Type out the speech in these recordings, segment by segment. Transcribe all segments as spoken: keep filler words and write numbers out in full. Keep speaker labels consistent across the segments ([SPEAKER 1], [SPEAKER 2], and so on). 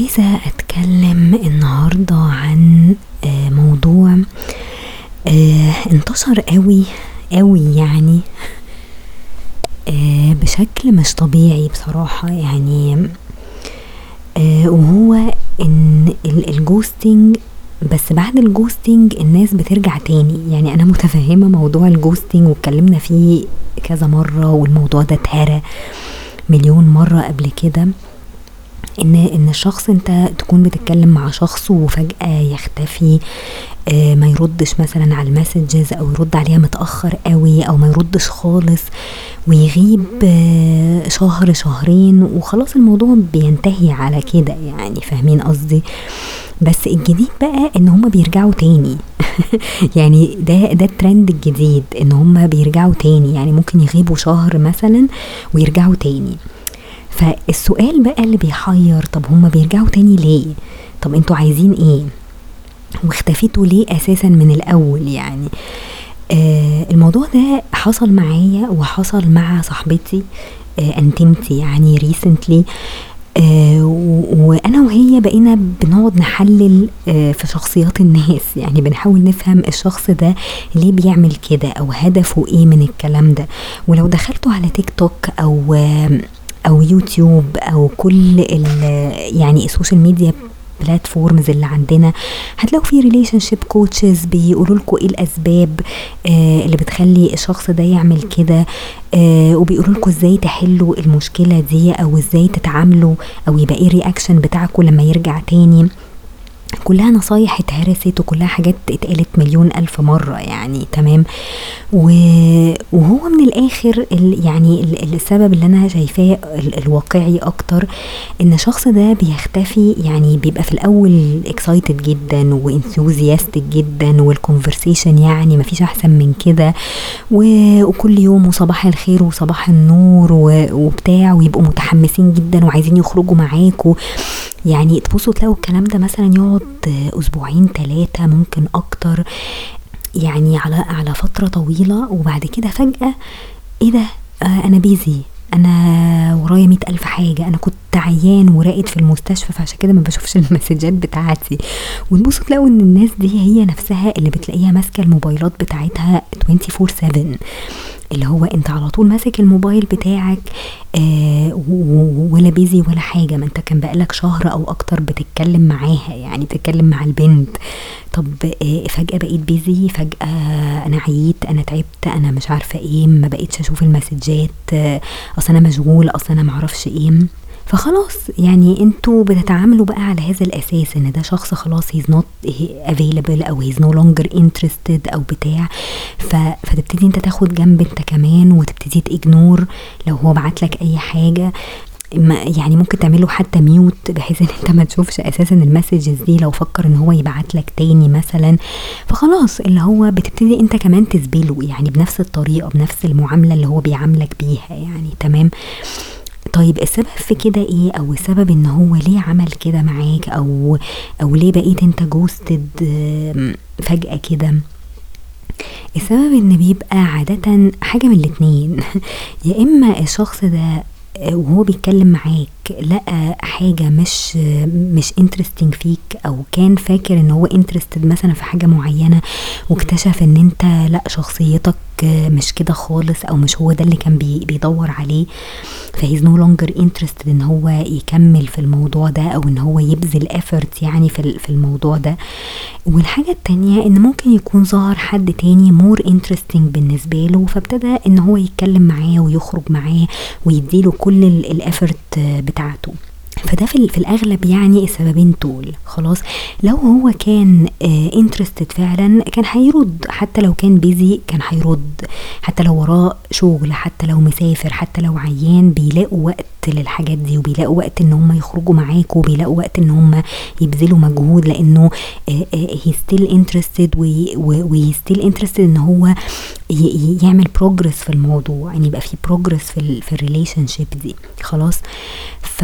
[SPEAKER 1] عايزة أتكلم النهاردة عن آه، موضوع آه، انتشر قوي قوي يعني آه، بشكل مش طبيعي بصراحة يعني آه، وهو ان ال- الجوستنج. بس بعد الجوستنج الناس بترجع تاني. يعني انا متفهمة موضوع الجوستنج واتكلمنا فيه كذا مرة، والموضوع ده اتهرى مليون مرة قبل كده. ان ان الشخص انت تكون بتتكلم مع شخص وفجأة يختفي، آه، ما يردش مثلا على المسجز، او يرد عليها متأخر قوي، او ما يردش خالص ويغيب آه، شهر شهرين وخلاص الموضوع بينتهي على كده. يعني فاهمين قصدي؟ بس الجديد بقى ان هما بيرجعوا تاني. يعني ده ده الترند الجديد، ان هما بيرجعوا تاني. يعني ممكن يغيبوا شهر مثلا ويرجعوا تاني. فالسؤال بقى اللي بيحير، طب هما بيرجعوا تاني ليه؟ طب انتوا عايزين ايه؟ واختفيتوا ليه اساسا من الاول؟ يعني آه الموضوع ده حصل معايا وحصل مع صاحبتي آه انتمتي يعني ريسنتلي. آه و- وانا وهي بقينا بنقعد نحلل آه في شخصيات الناس. يعني بنحاول نفهم الشخص ده ليه بيعمل كده، او هدفه ايه من الكلام ده. ولو دخلتوا على تيك توك او آه او يوتيوب او كل ال- يعني السوشيال ميديا بلاتفورمز اللي عندنا، هتلاقوا في ريليشن شيب كوتشز بيقولوا لكم ايه الاسباب آه اللي بتخلي الشخص ده يعمل كده، آه وبيقولوا لكم ازاي تحلوا المشكله دي، او ازاي تتعاملوا، او يبقى ايه الرياكشن بتاعكم لما يرجع تاني. كلها نصايح اتهرست، وكلها حاجات اتقالت مليون الف مرة. يعني تمام. و- وهو من الاخر ال- يعني ال- السبب اللي انا شايفاه ال- الواقعي اكتر، ان الشخص ده بيختفي. يعني بيبقى في الاول اكسايتد جدا وانثوزياستك جدا، والكونفرسيشن يعني مفيش احسن من كده، و- وكل يوم وصباح الخير وصباح النور و- وبتاع، ويبقوا متحمسين جدا وعايزين يخرجوا معاكوا. يعني تبصوا تلاقوا الكلام ده مثلا يقعد اسبوعين ثلاثة ممكن اكتر، يعني على على فترة طويلة. وبعد كده فجأة ايه ده؟ آه انا بيزي، انا ورايا مئة الف حاجة، انا كنت عيان وراقد في المستشفى فعشان كده ما بشوفش المسجات بتاعتي. وتبصوا تلاقوا ان الناس دي هي نفسها اللي بتلاقيها ماسكة الموبايلات بتاعتها اربعة وعشرين سبعة، اللي هو انت على طول ماسك الموبايل بتاعك آه و- و- ولا بيزي ولا حاجة. ما انت كان بقالك شهر او اكتر بتتكلم معاها، يعني بتتكلم مع البنت. طب آه فجأة بقيت بيزي، فجأة انا عييت، انا تعبت، انا مش عارفة ايه، ما بقيتش اشوف المسجات، آه اصلا انا مشغول، اصلا انا معرفش ايه. فخلاص يعني انتوا بتتعاملوا بقى على هذا الاساس، ان ده شخص خلاص he's not available او he's no longer interested او بتاع. ف... فتبتدي انت تاخد جنب انت كمان، وتبتدي تignore لو هو بعتلك اي حاجة. ما يعني ممكن تعمله حتى ميوت، بحيث ان انت ما تشوفش اساسا المسجز دي لو فكر ان هو يبعتلك تاني مثلا. فخلاص اللي هو بتبتدي انت كمان تسبيله، يعني بنفس الطريقة بنفس المعاملة اللي هو بيعاملك بيها. يعني تمام. طيب السبب في كده ايه؟ او السبب ان هو ليه عمل كده معاك، او او ليه بقيت انت جوستد فجأة كده؟ السبب ان بيبقى عادة حاجة من الاتنين. يا اما الشخص ده وهو بيتكلم معاك لقى حاجة مش مش انترستنج فيك، او كان فاكر ان هو انترستد مثلا في حاجة معينة، واكتشف ان انت لا، شخصيتك مش كده خالص، او مش هو ده اللي كان بي بيدور عليه. فهيز نو لونجر انترستد ان هو يكمل في الموضوع ده، او ان هو يبذل افورت يعني في ال- في الموضوع ده. والحاجة التانية ان ممكن يكون ظهر حد تاني مور انترستنج بالنسبة له، فابتدى ان هو يتكلم معاه ويخرج معاه ويديله كل الافورت بتاعته. فده في, ال- في الاغلب يعني السببين دول. خلاص لو هو كان انترستد فعلا كان هيرد، حتى لو كان بيزي كان هيرد، حتى لو وراه شغل، حتى لو مسافر، حتى لو عيان، بيلاقوا وقت للحاجات دي، وبيلاقوا وقت ان هم يخرجوا معاكوا، وبيلاقوا وقت ان هم يبذلوا مجهود، لانه هي ستيل انترستد، وهي ستيل انترستد ان هو ي- ي- يعمل بروجرس في الموضوع، يعني يبقى في بروجرس في ال في الريليشن شيب دي. خلاص. ف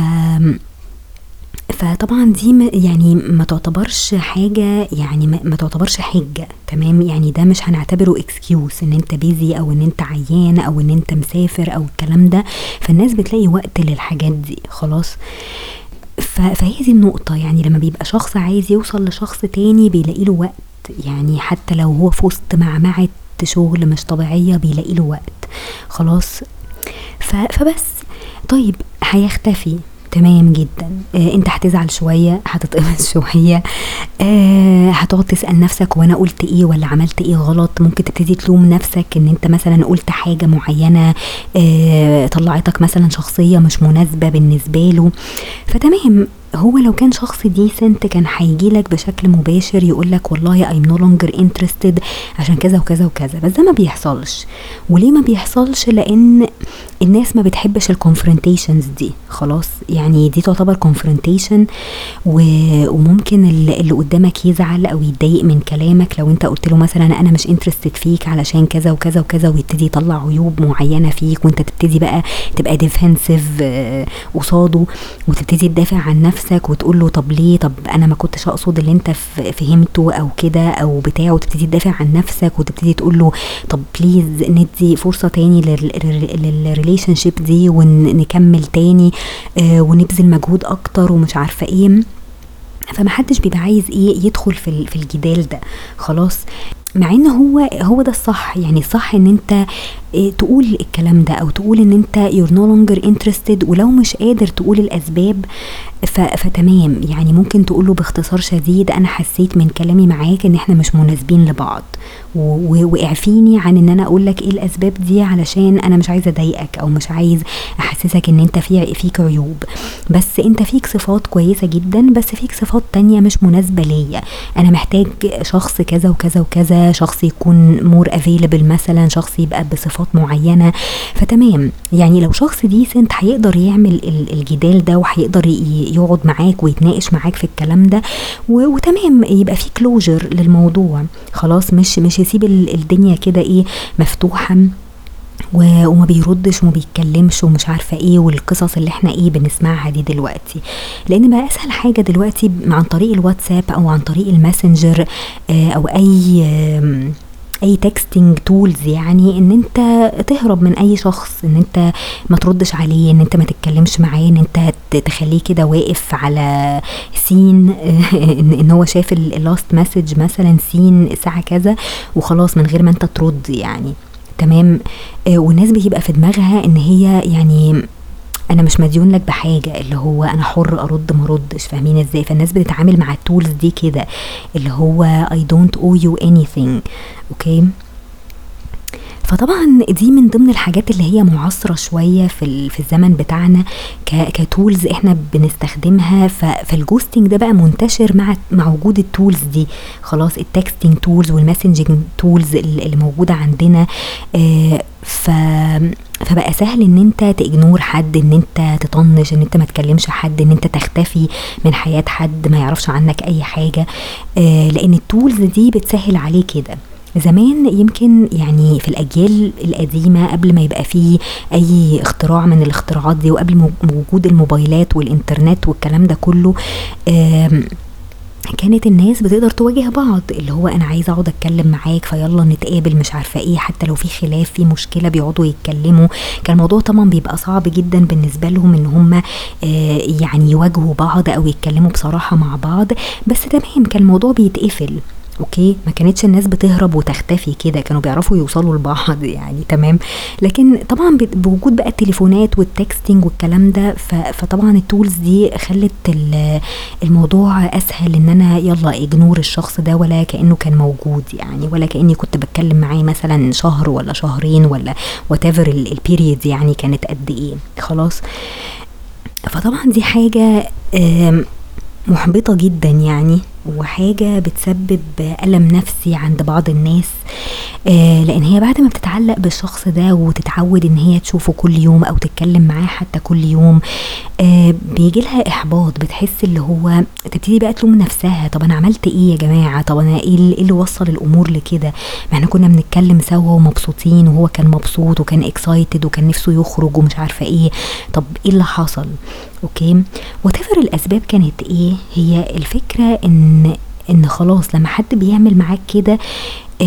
[SPEAKER 1] فطبعا دي م- يعني ما تعتبرش حاجة، يعني ما ما تعتبرش حجة. تمام. يعني ده مش هنعتبره اكسكيوز ان انت بيزي، او ان انت عيان، او ان انت مسافر، او الكلام ده. فالناس بتلاقي وقت للحاجات دي. خلاص. ف- فهي دي النقطة. يعني لما بيبقى شخص عايز يوصل لشخص تاني بيلاقي له وقت، يعني حتى لو هو في وسط معمعة شغل مش طبيعية بيلاقي له وقت. خلاص. ف- فبس. طيب هيختفي، تمام جدا. آه انت هتزعل شوية، هتتقمص شوية، آه هتقعد تسأل نفسك وانا قلت ايه ولا عملت ايه غلط. ممكن تبتدي تلوم نفسك ان انت مثلا قلت حاجة معينة آه طلعتك مثلا شخصية مش مناسبة بالنسبة له. فتمام، هو لو كان شخص ديسنت كان هيجيلك بشكل مباشر يقولك والله I'm no longer interested عشان كذا وكذا وكذا، بس ده ما بيحصلش. وليه ما بيحصلش؟ لان الناس ما بتحبش الكونفرونتيشنز دي. خلاص، يعني دي تعتبر كونفرونتيشن، وممكن اللي قدامك يزعل او يتضايق من كلامك لو انت قلت له مثلا انا مش انترستد فيك علشان كذا وكذا وكذا، ويبتدي يطلع عيوب معينه فيك، وانت تبتدي بقى تبقى ديفنسيف قصاده، وتبتدي تدافع عن نفسك وتقول له طب ليه، طب انا ما كنتش اقصد اللي انت فهمته او كده او بتاع، وتبتدي تدافع عن نفسك وتبتدي تقول له طب بليز ندي فرصه تاني للريليشن شيب دي ونكمل تاني آه ونبذل مجهود اكتر ومش عارفه ايه. فمحدش بيبقى عايز ايه يدخل في في الجدال ده. خلاص، مع ان هو هو ده الصح. يعني الصح ان انت إيه تقول الكلام ده، او تقول ان انت you're no longer interested، ولو مش قادر تقول الاسباب فتمام. يعني ممكن تقوله باختصار شديد انا حسيت من كلامي معاك ان احنا مش مناسبين لبعض، واعفيني عن ان انا اقول لك ايه الاسباب دي علشان انا مش عايزه اضايقك او مش عايز احسسك ان انت في فيك عيوب، بس انت فيك صفات كويسه جدا، بس فيك صفات تانية مش مناسبه ليا. انا محتاج شخص كذا وكذا وكذا، شخص يكون مور افيلبل مثلا، شخص يبقى بصفات معينه. فتمام، يعني لو شخص ديسنت هيقدر يعمل الجدال ده وهيقدر يقعد معاك ويتناقش معاك في الكلام ده، وتمام يبقى في كلوجر للموضوع. خلاص، مش مش يسيب الدنيا كده ايه مفتوحه وما بيردش وما بيتكلمش ومش عارفه ايه، والقصص اللي احنا ايه بنسمعها دي دلوقتي. لان بقى اسهل حاجه دلوقتي عن طريق الواتساب او عن طريق الماسنجر او اي اي تكستنج تولز، يعني ان انت تهرب من اي شخص، ان انت ما تردش عليه، ان انت ما تتكلمش معاه، ان انت تخليه كده واقف على سين ان هو شاف اللاست مسج مثلا سين الساعه كذا وخلاص من غير ما انت ترد. يعني تمام. والناس بيبقى في دماغها ان هي يعني انا مش مديون لك بحاجه، اللي هو انا حر ارد ما ردش. فاهمين ازاي؟ فالناس بتتعامل مع التولز دي كده، اللي هو I don't owe you anything. اوكي. فطبعا دي من ضمن الحاجات اللي هي معاصره شويه في في الزمن بتاعنا كتولز احنا بنستخدمها. فالجوستنج ده بقى منتشر مع مع وجود التولز دي. خلاص، التكستنج تولز والماسنجنج تولز اللي موجوده عندنا. آه ف فبقى سهل ان انت تاجنور حد، ان انت تطنش، ان انت ما تكلمش حد، ان انت تختفي من حياه حد ما يعرفش عنك اي حاجه. آه لان التولز دي بتسهل عليه كده. زمان يمكن يعني في الأجيال القديمة قبل ما يبقى فيه أي اختراع من الاختراعات دي، وقبل وجود الموبايلات والإنترنت والكلام ده كله، كانت الناس بتقدر تواجه بعض، اللي هو أنا عايزة أقعد أتكلم معاك فيلا نتقابل مش عارفة إيه، حتى لو في خلاف في مشكلة بيقعدوا يتكلموا. كان الموضوع طبعا بيبقى صعب جدا بالنسبة لهم إن هم يعني يواجهوا بعض أو يتكلموا بصراحة مع بعض، بس تمام كان الموضوع بيتقفل. اوكي، ما كانتش الناس بتهرب وتختفي كده، كانوا بيعرفوا يوصلوا لبعض يعني. تمام. لكن طبعا بوجود بقى التليفونات والتكستنج والكلام ده، فطبعا التولز دي خلت الموضوع اسهل، ان انا يلا اجنور الشخص ده ولا كأنه كان موجود يعني، ولا كأني كنت بتكلم معاه مثلا شهر ولا شهرين ولا whatever البيريد يعني كانت قد ايه. خلاص. فطبعا دي حاجة محبطة جدا يعني، وحاجة بتسبب ألم نفسي عند بعض الناس. آه لأن هي بعد ما بتتعلق بالشخص ده وتتعود إن هي تشوفه كل يوم أو تتكلم معاه حتى كل يوم، آه بيجي لها إحباط. بتحس اللي هو تبتدي بقى تلوم نفسها، طب أنا عملت إيه يا جماعة؟ طب أنا إيه اللي وصل الأمور لكده؟ ما احنا كنا بنتكلم سوا ومبسوطين، وهو كان مبسوط وكان اكسايتد وكان نفسه يخرج ومش عارفة إيه. طب إيه اللي حصل؟ اوكي، وتفر الاسباب كانت ايه. هي الفكرة ان ان خلاص لما حد بيعمل معاك كده، آه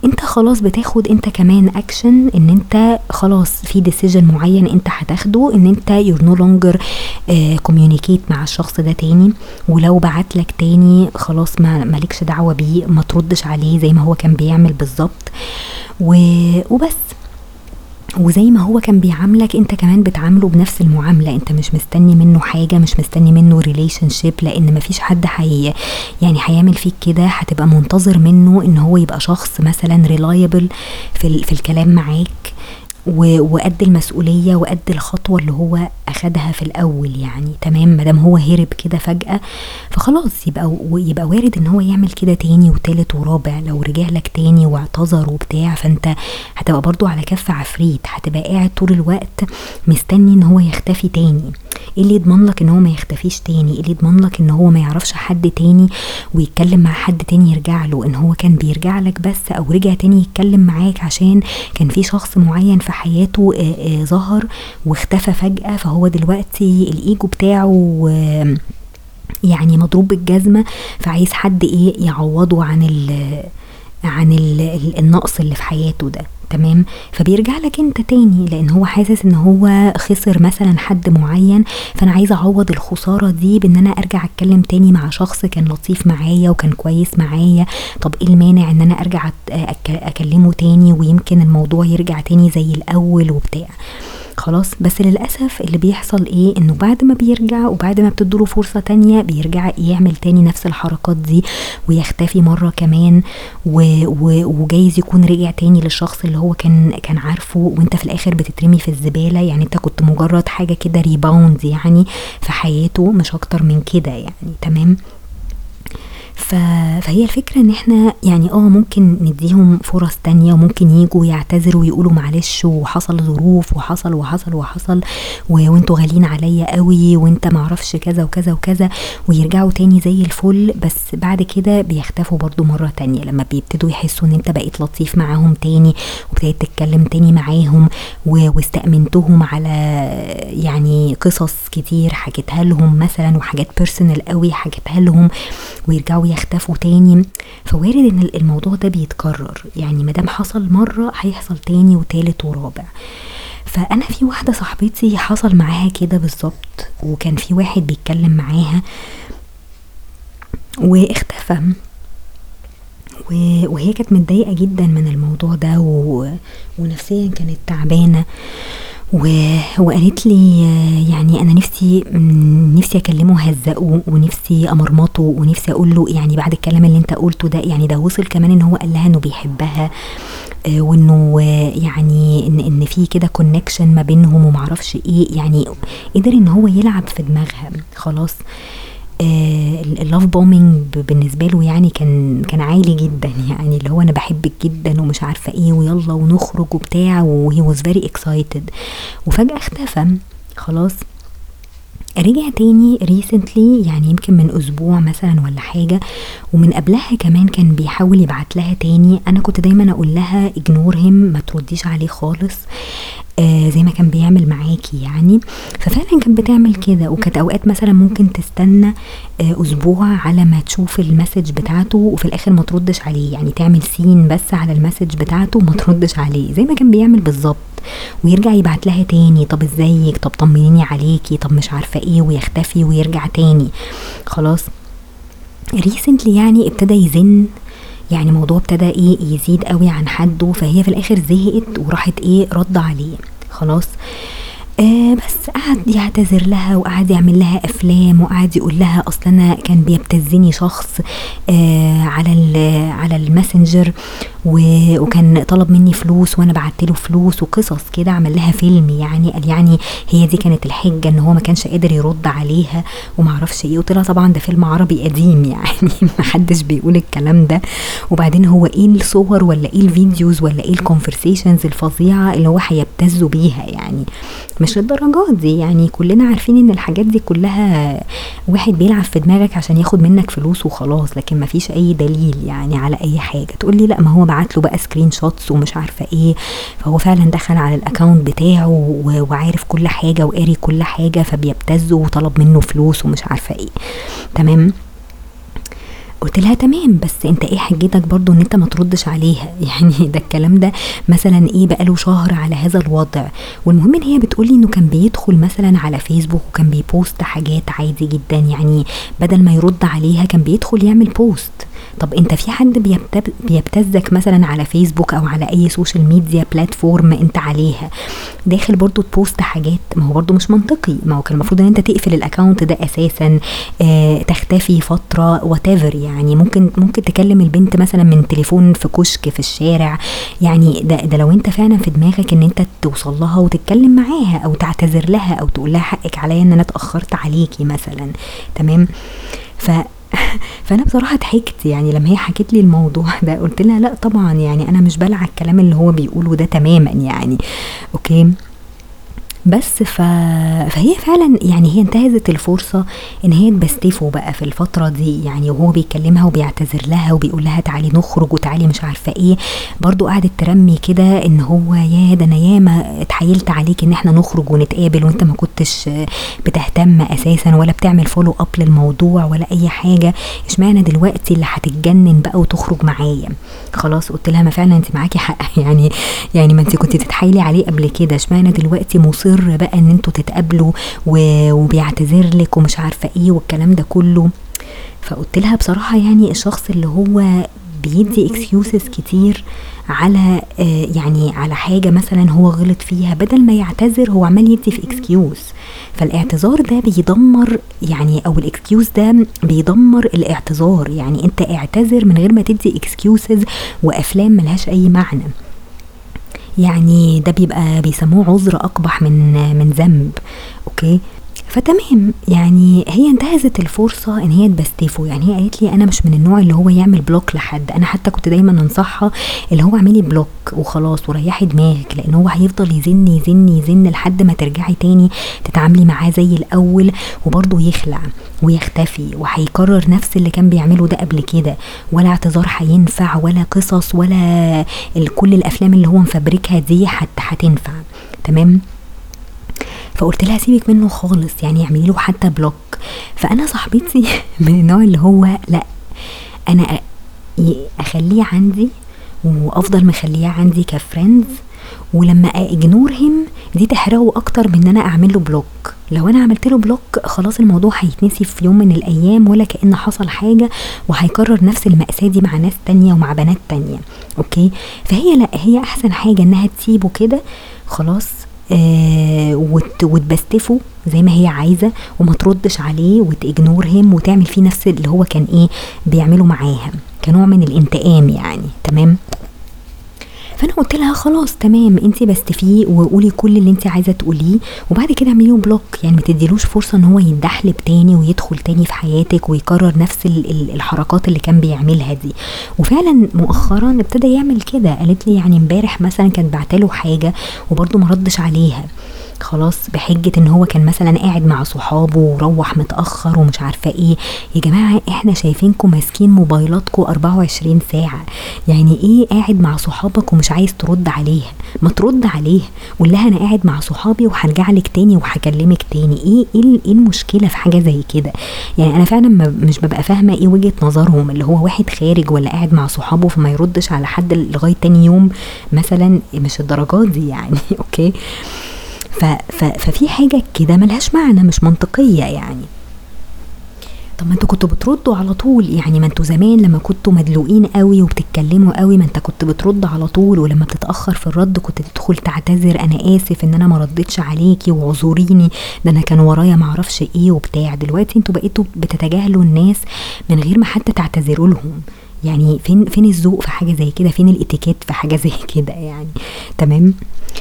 [SPEAKER 1] انت خلاص بتاخد انت كمان اكشن، ان انت خلاص في ديسيجن معين انت هتاخده، ان انت you're no longer communicate مع الشخص ده تاني، ولو بعت لك تاني خلاص ما مالكش دعوة بيه، ما تردش عليه زي ما هو كان بيعمل بالظبط وبس. وزي ما هو كان بيعاملك انت كمان بتعامله بنفس المعاملة، انت مش مستني منه حاجة، مش مستني منه ريليشن شيب، لان مفيش حد حي يعني هيعمل فيك كده. هتبقى منتظر منه ان هو يبقى شخص مثلا ريلايبل في, في الكلام معاك، وقد المسؤولية وقد الخطوة اللي هو اخدها في الاول يعني. تمام، مدام هو هرب كده فجأة فخلاص يبقى يبقى وارد ان هو يعمل كده تاني وتالت ورابع. لو رجع لك تاني واعتذر وبتاع، فانت هتبقى برضو على كف عفريت، هتبقى قاعد طول الوقت مستني ان هو يختفي تاني. ايه اللي يضمن لك ان هو ما يختفيش تاني؟ ايه اللي يضمن لك ان هو ما يعرفش حد تاني ويتكلم مع حد تاني يرجع له؟ ان هو كان بيرجع لك بس، او رجع تاني يتكلم معاك عشان كان في شخص معين في حياته آآ آآ ظهر واختفى فجأة، فهو دلوقتي الايجو بتاعه يعني مضروب بالجزمة، فعايز حد ايه يعوضه عن ال عن ال النقص اللي في حياته ده. تمام، فبيرجع لك انت تاني لان هو حاسس ان هو خسر مثلا حد معين، فانا عايزه اعوض الخساره دي بان انا ارجع اتكلم تاني مع شخص كان لطيف معايا وكان كويس معايا. طب ايه المانع ان انا ارجع اكلمه تاني ويمكن الموضوع يرجع تاني زي الاول وبتاع. خلاص، بس للأسف اللي بيحصل ايه، انه بعد ما بيرجع وبعد ما بتدوله فرصة تانية بيرجع يعمل تاني نفس الحركات دي ويختفي مرة كمان، وجايز يكون رجع تاني للشخص اللي هو كان كان عارفه، وانت في الاخر بتترمي في الزبالة. يعني انت كنت مجرد حاجة كده ريباوند يعني في حياته، مش اكتر من كده يعني. تمام، فهي الفكرة ان احنا يعني اه ممكن نديهم فرص تانية، وممكن يجوا يعتذروا ويقولوا معلش وحصل ظروف وحصل وحصل وحصل وانتوا غالين عليا قوي وانت معرفش كذا وكذا وكذا، ويرجعوا تاني زي الفل. بس بعد كده بيختفوا برضو مرة تانية لما بيبتدوا يحسوا ان انت بقيت لطيف معاهم تاني وابتديت تتكلم تاني معاهم واستأمنتهم على يعني قصص كتير حكيتها لهم مثلا، وحاجات بيرسونال قوي حكيتها لهم، ويرجعوا يختفوا تاني. فوارد ان الموضوع ده بيتكرر يعني، مادام حصل مرة هيحصل تاني وتالت ورابع. فانا في واحدة صاحبتي حصل معاها كده بالظبط، وكان في واحد بيتكلم معاها واختفى، وهي كانت متضايقة جدا من الموضوع ده ونفسيا كانت تعبانة، وقالت لي يعني انا نفسي نفسي اكلمه هزقه ونفسي امرمطه ونفسي اقول له يعني بعد الكلام اللي انت قلته ده. يعني ده وصل كمان ان هو قال لها انه بيحبها، وانه يعني ان ان في كده كونكشن ما بينهم ومعرفش ايه. يعني قدر ان هو يلعب في دماغها خلاص. اللاف بومينج بالنسبه له يعني كان كان عالي جدا، يعني اللي هو انا بحبك جدا ومش عارفه ايه ويلا ونخرج وبتاع، وهي واز فيري اكسايتد. وفجاه اختفى خلاص. رجع تاني ريسنتلي يعني يمكن من اسبوع مثلا ولا حاجه، ومن قبلها كمان كان بيحاول يبعت لها تاني. انا كنت دايما اقول لها اجنور هيم، ما ترديش عليه خالص، آه زي ما كان بيعمل معاكي يعني. ففعلا كانت بتعمل كده، وكانت اوقات مثلا ممكن تستنى آه اسبوع على ما تشوف المسج بتاعته وفي الاخر ما تردش عليه، يعني تعمل سين بس على المسج بتاعته وما تردش عليه زي ما كان بيعمل بالظبط، ويرجع يبعت لها تاني طب ازيك، طب طمنيني عليكي، طب مش عارفه ايه، ويختفي ويرجع تاني خلاص. ريسنتلي يعني ابتدى يزن، يعني الموضوع ابتدى ايه يزيد قوي عن حده. فهي في الاخر زهقت وراحت ايه رد عليه خلاص. آه بس قعد يعتذر لها وقعد يعمل لها افلام وقعد يقول لها اصلا انا كان بيبتزني شخص آه على على الماسنجر وكان طلب مني فلوس وانا بعت له فلوس وقصص كده، عمل لها فيلم يعني. قال يعني هي دي كانت الحجه ان هو ما كانش قادر يرد عليها وما اعرفش ايه. وطلع طبعا ده فيلم عربي قديم يعني ما حدش بيقول الكلام ده. وبعدين هو ايه الصور ولا ايه الفيديوز ولا ايه الكونفرسيشنز الفظيعه اللي هو هيبتزوا بيها يعني؟ مش للدرجات دي يعني. كلنا عارفين ان الحاجات دي كلها واحد بيلعب في دماغك عشان ياخد منك فلوس وخلاص، لكن ما فيش اي دليل يعني على اي حاجه. تقول لي لا ما هو بعت له بقى سكرين شوتس ومش عارفه ايه، فهو فعلا دخل على الاكاونت بتاعه وعارف كل حاجه وقاري كل حاجه فبيبتزه وطلب منه فلوس ومش عارفه ايه. تمام. قلت لها تمام، بس انت ايه حجتك برضو ان انت ما تردش عليها؟ يعني ده الكلام ده مثلا ايه بقاله شهر على هذا الوضع. والمهم ان هي بتقولي انه كان بيدخل مثلا على فيسبوك وكان بيبوست حاجات عادي جدا، يعني بدل ما يرد عليها كان بيدخل يعمل بوست. طب انت في حد بيبتب بيبتزك مثلا على فيسبوك او على اي سوشيال ميديا بلاتفورم انت عليها، داخل برضو تبوست حاجات؟ ما هو برضو مش منطقي. ما هو كان المفروض ان انت تقفل الاكاونت ده اساسا، اه تختفي فتره whatever. يعني ممكن ممكن تكلم البنت مثلا من تليفون في كشك في الشارع. يعني ده, ده لو انت فعلا في دماغك ان انت توصل لها وتتكلم معاها او تعتذر لها او تقول لها حقك عليا ان انا اتاخرت عليكي مثلا. تمام. ف فانا بصراحه ضحكت يعني لما هي حكت لي الموضوع ده. قلت لها لا طبعا، يعني انا مش بلع الكلام اللي هو بيقوله ده تماما يعني. اوكي. بس ف... فهي فعلا يعني هي انتهزت الفرصة ان هي تبستفه بقى في الفترة دي، يعني وهو بيكلمها وبيعتذر لها وبيقول لها تعالي نخرج وتعالي مش عارفة ايه، برضو قعدت ترمي كده ان هو يا ده انا ياما اتحايلت عليك ان احنا نخرج ونتقابل وانت ما كنتش بتهتم اساسا ولا بتعمل فولو اب للموضوع ولا اي حاجة. اشمعنى دلوقتي اللي هتتجنن بقى وتخرج معايا؟ خلاص قلت لها ما فعلا انت معاكي حق يعني يعني ما انت كنت تتحايلي عليه قبل كده، اشمعنى دلوقتي مصر بقى ان انتوا تتقابلوا وبيعتذر لك ومش عارفه ايه والكلام ده كله؟ فقلت لها بصراحه يعني الشخص اللي هو بيدي اكسكيوزز كتير على آه يعني على حاجه مثلا هو غلط فيها، بدل ما يعتذر هو عمال يدي في اكسكيوز. فالاعتذار ده بيدمر يعني، او الاكسكيوز ده بيدمر الاعتذار. يعني انت اعتذر من غير ما تدي اكسكيوزز وافلام ملهاش اي معنى. يعني ده بيبقى بيسموه عذر اقبح من من ذنب. اوكي. فتمام، يعني هي انتهزت الفرصة ان هي تبستفه. يعني هي قالت لي انا مش من النوع اللي هو يعمل بلوك لحد، انا حتى كنت دايما انصحها اللي هو اعملي بلوك وخلاص وريحي دماغك، لان هو هيفضل يزن يزن يزن لحد ما ترجعي تاني تتعاملي معاه زي الاول، وبرضه يخلع ويختفي وهيكرر نفس اللي كان بيعمله ده قبل كده، ولا اعتذار هينفع ولا قصص ولا كل الافلام اللي هو مفبركها دي حتى هتنفع. تمام. فقلت لها سيبك منه خالص، يعني اعملي له حتى بلوك. فانا صاحبتي من النوع اللي هو لا، انا اخليه عندي وافضل مخليه عندي كفريندز، ولما اجنورهم دي تحرقه اكتر من ان انا اعمل له بلوك. لو انا عملت له بلوك خلاص الموضوع هيتنسي في يوم من الايام ولا كأن حصل حاجه، وهيكرر نفس المأساة دي مع ناس تانية ومع بنات تانية. اوكي. فهي لا، هي احسن حاجه انها تسيبه كده خلاص، آه وت وتبستفه زي ما هي عايزه وما تردش عليه وتجنورهم وتعمل فيه نفس اللي هو كان ايه بيعمله معاها كنوع من الانتقام يعني. تمام. فانا قلت لها خلاص تمام، انت بستفيه وقولي كل اللي انت عايزه تقوليه، وبعد كده اعمليه بلوك. يعني ما تديلوش فرصه ان هو يتدحلب تاني ويدخل تاني في حياتك ويكرر نفس الحركات اللي كان بيعملها دي. وفعلا مؤخرا ابتدى يعمل كده. قالت لي يعني امبارح مثلا كانت بعتله حاجه وبرده ما ردش عليها خلاص، بحجة ان هو كان مثلا قاعد مع صحابه وروح متأخر ومش عارفة ايه. يا جماعة احنا شايفينكم ماسكين موبايلاتكم اربعة وعشرين ساعة، يعني ايه قاعد مع صحابك ومش عايز ترد عليها؟ ما ترد عليها، قول لها انا قاعد مع صحابي وهرجع لك تاني وهكلمك تاني. ايه ايه ايه المشكلة في حاجة زي كده؟ يعني انا فعلا مش ببقى فاهمة ايه وجهة نظرهم، اللي هو واحد خارج ولا قاعد مع صحابه فما يردش على حد لغاية تاني يوم مثلا، مش الدرجات دي يعني. اوكي. ففي حاجة كده ملهاش معنى، مش منطقية يعني. طب ما انتوا كنتوا بتردوا على طول، يعني ما انتوا زمان لما كنتوا مدلوقين قوي وبتتكلموا قوي ما انت كنت بترد على طول، ولما بتتأخر في الرد كنت تدخل تعتذر انا اسف ان انا ما ردتش عليكي وعذوريني ده انا كان ورايا معرفش ايه وبتاع. دلوقتي انتوا بقيتوا بتتجاهلوا الناس من غير ما حتى تعتذروا لهم. يعني فين فين الذوق في حاجة زي كده؟ فين الاتيكيت في حاجة زي كده يعني؟ تمام.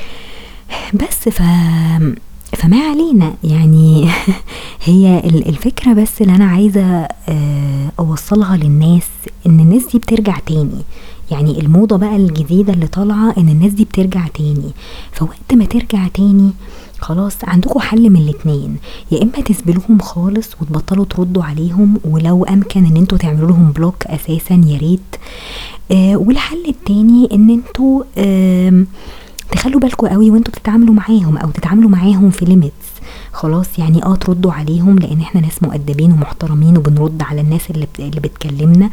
[SPEAKER 1] بس ف فما علينا يعني. هي الفكرة بس اللي انا عايزة اوصلها للناس ان الناس دي بترجع تاني. يعني الموضة بقى الجديدة اللي طالعة ان الناس دي بترجع تاني، فوقت ما ترجع تاني خلاص عندكم حل من الاتنين، يا اما تسبلوهم خالص وتبطلوا تردوا عليهم، ولو امكن ان انتوا تعملوا لهم بلوك اساسا يا ريت. آه والحل التاني ان انتوا آه تخلوا بالكم قوي وانتوا بتتعاملوا معاهم، او تتعاملوا معاهم في ليميتس خلاص يعني اه تردوا عليهم لان احنا ناس مؤدبين ومحترمين وبنرد على الناس اللي, بت... اللي بتكلمنا،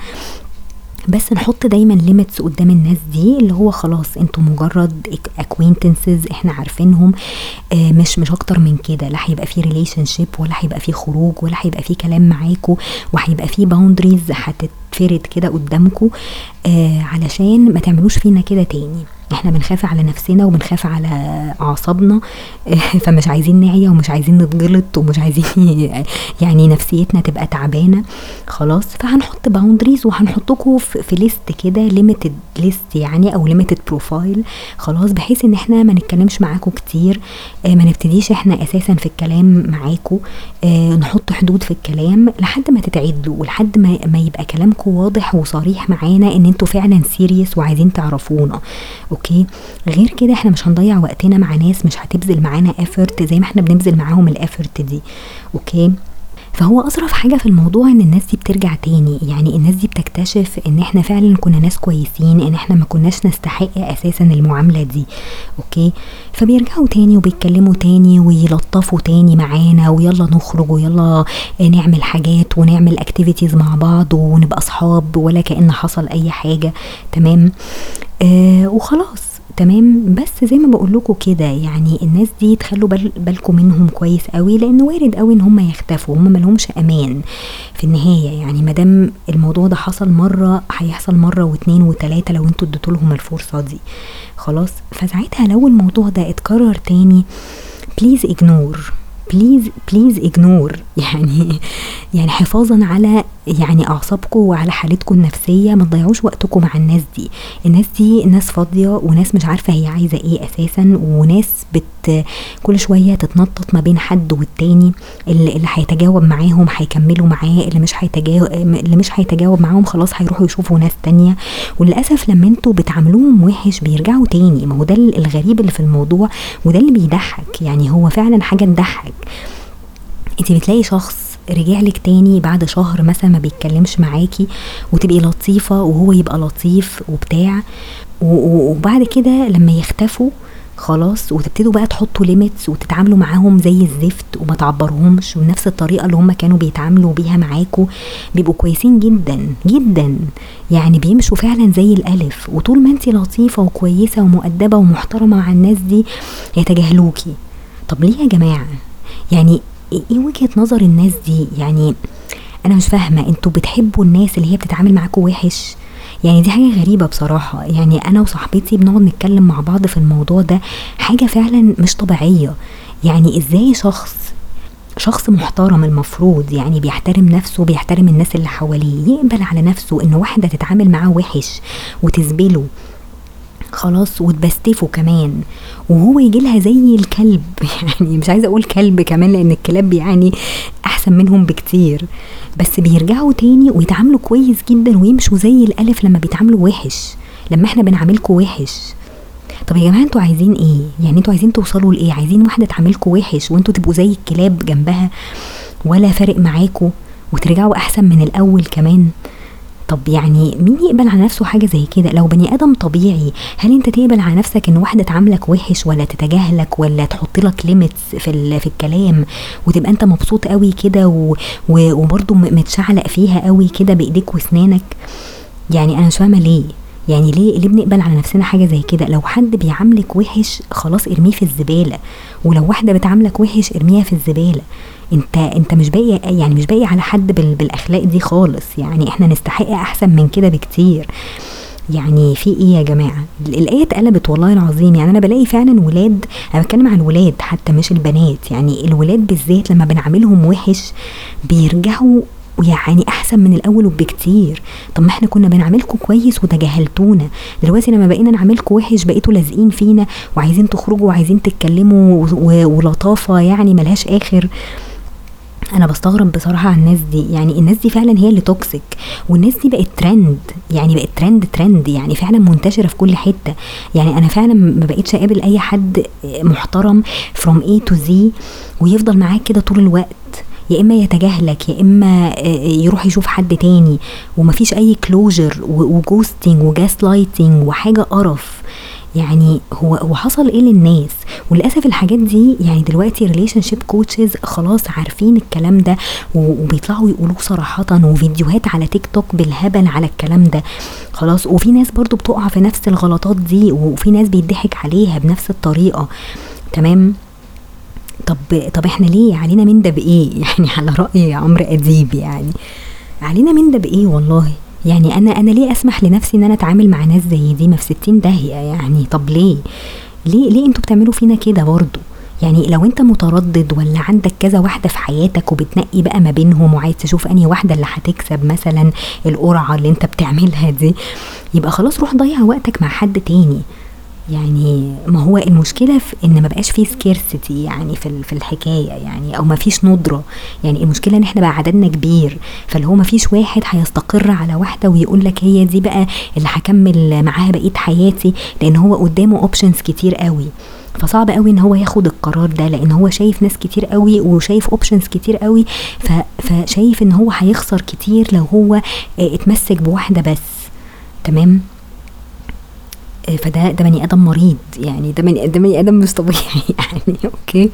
[SPEAKER 1] بس نحط دايما ليميتس قدام الناس دي، اللي هو خلاص انتوا مجرد acquaintances احنا عارفينهم، اه مش مش اكتر من كده، لا هيبقى في relationship ولا هيبقى في خروج ولا هيبقى في كلام معاكوا، وهيبقى في boundaries هتتفرد كده قدامكوا، اه علشان ما تعملوش فينا كده تاني. احنا بنخاف على نفسنا وبنخاف على اعصابنا، فمش عايزين نعيا ومش عايزين نتغلط ومش عايزين يعني نفسيتنا تبقى تعبانه خلاص. فهنحط باوندريز وهنحطكم في ليست كده، ليميتد ليست يعني او ليميتد بروفايل خلاص، بحيث ان احنا ما نتكلمش معاكم كتير، ما نبتديش احنا اساسا في الكلام معاكم، نحط حدود في الكلام لحد ما تتعدلوا ولحد ما, ما يبقى كلامكم واضح وصريح معانا ان انتوا فعلا سيريس وعايزين تعرفونا. اوكي، غير كده احنا مش هنضيع وقتنا مع ناس مش هتبذل معانا effort زي ما احنا بنبذل معاهم الافورت دي. اوكي، فهو اظرف حاجة في الموضوع ان الناس دي بترجع تاني، يعني الناس دي بتكتشف ان احنا فعلا كنا ناس كويسين، ان احنا ما كناش نستحق اساسا المعاملة دي. اوكي، فبيرجعوا تاني وبيتكلموا تاني ويلطفوا تاني معانا، ويلا نخرج ويلا نعمل حاجات ونعمل اكتيفيتيز مع بعض ونبقى اصحاب ولا كأن حصل اي حاجة. تمام، آه وخلاص. تمام، بس زي ما بقول لكم كده يعني الناس دي تخلوا بال بالكم منهم كويس قوي، لان وارد قوي ان هم يختفوا، هم ما لهمش امان في النهايه. يعني مادام الموضوع ده حصل مره هيحصل مره واثنين وثلاثه لو انتوا اديتوا لهم الفرصه دي خلاص. فساعتها لو الموضوع ده اتكرر تاني بليز اجنور، بليز بليز اجنور يعني يعني حفاظا على يعني اعصابكم وعلى حالتكم النفسيه. ما تضيعوش وقتكم مع الناس دي. الناس دي ناس فاضيه وناس مش عارفه هي عايزه ايه اساسا، وناس بت كل شويه تتنطط ما بين حد والتاني. اللي, اللي هيتجاوب معاهم هيكملوا معاه، اللي مش هيتجاوب اللي مش هيتجاوب معاهم خلاص هيروحوا يشوفوا ناس تانية. وللاسف لما انتوا بتعاملوهم وحش بيرجعوا تاني. ما هو ده الغريب اللي في الموضوع وده اللي بيضحك، يعني هو فعلا حاجه تضحك. انت بتلاقي شخص رجع لك تاني بعد شهر مثلا ما بيتكلمش معاكي، وتبقي لطيفة وهو يبقى لطيف وبتاع، وبعد كده لما يختفوا خلاص وتبتدوا بقى تحطوا ليميتس وتتعاملوا معاهم زي الزفت وما تعبرهمش، ونفس الطريقة اللي هم كانوا بيتعاملوا بيها معاكوا بيبقوا كويسين جدا جدا، يعني بيمشوا فعلا زي الألف. وطول ما انتي لطيفة وكويسة ومؤدبة ومحترمة مع الناس دي يتجاهلوكي. طب ليه يا جماعة؟ يعني ايه وجهة نظر الناس دي؟ يعني انا مش فاهمة، انتوا بتحبوا الناس اللي هي بتتعامل معاكوا وحش؟ يعني دي حاجة غريبة بصراحة. يعني انا وصاحبتي بنقعد نتكلم مع بعض في الموضوع ده، حاجة فعلا مش طبيعية. يعني ازاي شخص شخص محترم المفروض يعني بيحترم نفسه بيحترم الناس اللي حواليه يقبل على نفسه ان واحدة تتعامل معاه وحش وتزبله خلاص وتبستفه كمان، وهو يجي لها زي الكلب يعني مش عايزه اقول كلب كمان لان الكلاب يعني احسن منهم بكتير، بس بيرجعوا تاني ويتعاملوا كويس جدا ويمشوا زي الالف لما بيتعاملوا وحش، لما احنا بنعاملكم وحش. طب يا جماعه انتوا عايزين ايه؟ يعني انتوا عايزين توصلوا لايه؟ عايزين واحده تعاملكم وحش وانتوا تبقوا زي الكلاب جنبها ولا فارق معاكم وترجعوا احسن من الاول كمان؟ طب يعني مين يقبل على نفسه حاجة زي كده؟ لو بني ادم طبيعي هل انت تقبل على نفسك ان واحدة تعاملك وحش ولا تتجاهلك ولا تحط لك ليميتس في في الكلام وتبقى انت مبسوط قوي كده وبرضه متشعلق فيها قوي كده بايديك واسنانك؟ يعني انا مش فاهمه ليه، يعني ليه ليه بنقبل على نفسنا حاجة زي كده؟ لو حد بيعاملك وحش خلاص ارميه في الزبالة، ولو واحدة بتعاملك وحش ارميها في الزبالة. انت انت مش باقي يعني مش باقي على حد بالاخلاق دي خالص. يعني احنا نستحق احسن من كده بكتير. يعني في ايه يا جماعه؟ الايه اتقلبت والله العظيم. يعني انا بلاقي فعلا ولاد، انا بتكلم عن الولاد حتى مش البنات، يعني الولاد بالذات لما بنعاملهم وحش بيرجعوا ويعني احسن من الاول وبكتير. طب ما احنا كنا بنعملكم كويس وتجاهلتونا، دلوقتي لما بقينا نعملكم وحش بقيتوا لازقين فينا وعايزين تخرجوا وعايزين تتكلموا ولطافه يعني ملهاش اخر. انا بستغرب بصراحه عن الناس دي. يعني الناس دي فعلا هي اللي توكسيك، والناس دي بقت ترند، يعني بقت ترند ترند يعني فعلا منتشره في كل حته. يعني انا فعلا ما بقيتش اقابل اي حد محترم from A to Z ويفضل معاك كده طول الوقت، يا اما يتجاهلك يا اما يروح يشوف حد تاني ومفيش اي كلوجر وجوستينج وجاس لايتنج وحاجه قرف. يعني هو هو حصل ايه للناس؟ وللاسف الحاجات دي يعني دلوقتي ريليشن شيب كوتشز خلاص عارفين الكلام ده وبيطلعوا يقولوه صراحه، وفيديوهات على تيك توك بالهبل على الكلام ده خلاص. وفي ناس برضو بتقع في نفس الغلطات دي، وفي ناس بيضحك عليها بنفس الطريقه. تمام. طب طب احنا ليه علينا من ده بايه؟ يعني على رأي عمرو اديب، يعني علينا من ده بايه والله؟ يعني انا انا ليه اسمح لنفسي ان انا اتعامل مع ناس زي دي؟ ما في ستين داهية يعني. طب ليه ليه ليه انتوا بتعملوا فينا كده برضو؟ يعني لو انت متردد ولا عندك كذا واحدة في حياتك وبتنقي بقى ما بينهم وعايز تشوف انهي واحدة اللي هتكسب مثلا القرعة اللي انت بتعملها دي، يبقى خلاص روح ضيع وقتك مع حد تاني. يعني ما هو المشكلة في ان ما بقاش فيه سكيرسيتي يعني في في الحكاية يعني، او ما فيش ندرة. يعني المشكلة ان احنا بقى عددنا كبير، فاللي هو ما فيش واحد هيستقر على واحدة ويقول لك هي دي بقى اللي هكمل معاها بقية حياتي، لان هو قدامه اوبشنز كتير قوي. فصعب قوي ان هو ياخد القرار ده، لان هو شايف ناس كتير قوي وشايف اوبشنز كتير قوي، فشايف ان هو هيخسر كتير لو هو اتمسك بواحدة بس. تمام. فده ده بني ادم مريض يعني، ده بني ادم بني ادم مش طبيعي يعني. اوكي.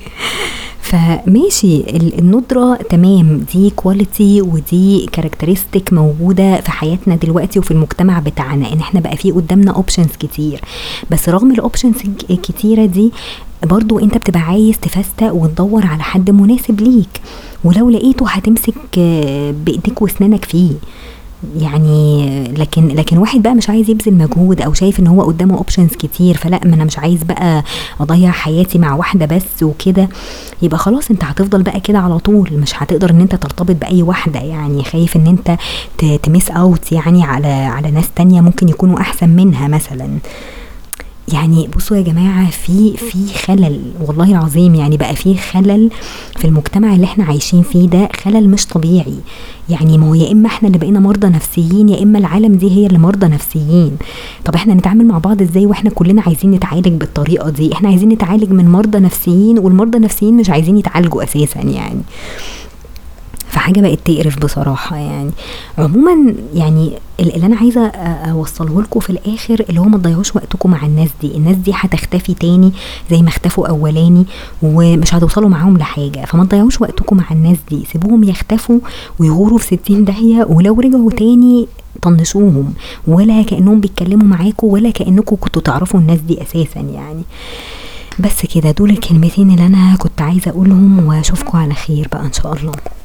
[SPEAKER 1] فماشي الندرة تمام، دي كواليتي ودي كاركترستيك موجودة في حياتنا دلوقتي وفي المجتمع بتاعنا، ان احنا بقى فيه قدامنا اوبشنز كتير. بس رغم الاوبشنز الكتيرة دي برضو انت بتبقى عايز تفستق وتدور على حد مناسب ليك، ولو لقيته هتمسك بايديك واسنانك فيه يعني. لكن لكن واحد بقى مش عايز يبذل مجهود او شايف ان هو قدامه اوبشنز كتير، فلا ما انا مش عايز بقى اضيع حياتي مع واحده بس وكده، يبقى خلاص انت هتفضل بقى كده على طول، مش هتقدر ان انت ترتبط باي واحده يعني، خايف ان انت تمس اوت يعني على على ناس تانية ممكن يكونوا احسن منها مثلا. يعني بصوا يا جماعة، في في خلل والله العظيم، يعني بقى في خلل في المجتمع اللي احنا عايشين فيه ده، خلل مش طبيعي يعني. ما هو يا اما احنا اللي بقينا مرضى نفسيين، يا اما العالم دي هي اللي مرضى نفسيين. طب احنا نتعامل مع بعض ازاي واحنا كلنا عايزين نتعالج بالطريقة دي؟ احنا عايزين نتعالج من مرضى نفسيين، والمرضى النفسيين مش عايزين يتعالجوا اساسا يعني. فحاجة بقت تقرف بصراحة يعني. عموما يعني اللي انا عايزة اوصله لكم في الاخر اللي هو ما تضيعوش وقتكم مع الناس دي. الناس دي هتختفي تاني زي ما اختفوا اولاني، ومش هتوصلوا معاهم لحاجة. فما تضيعوش وقتكم مع الناس دي، سيبوهم يختفوا ويغوروا في ستين داهية، ولو رجعوا تاني طنشوهم، ولا كأنهم بيتكلموا معاكم، ولا كأنكم كنتوا تعرفوا الناس دي اساسا يعني. بس كده، دول الكلمتين اللي انا كنت عايزة اقولهم، واشوفكم على خير بقى ان شاء الله.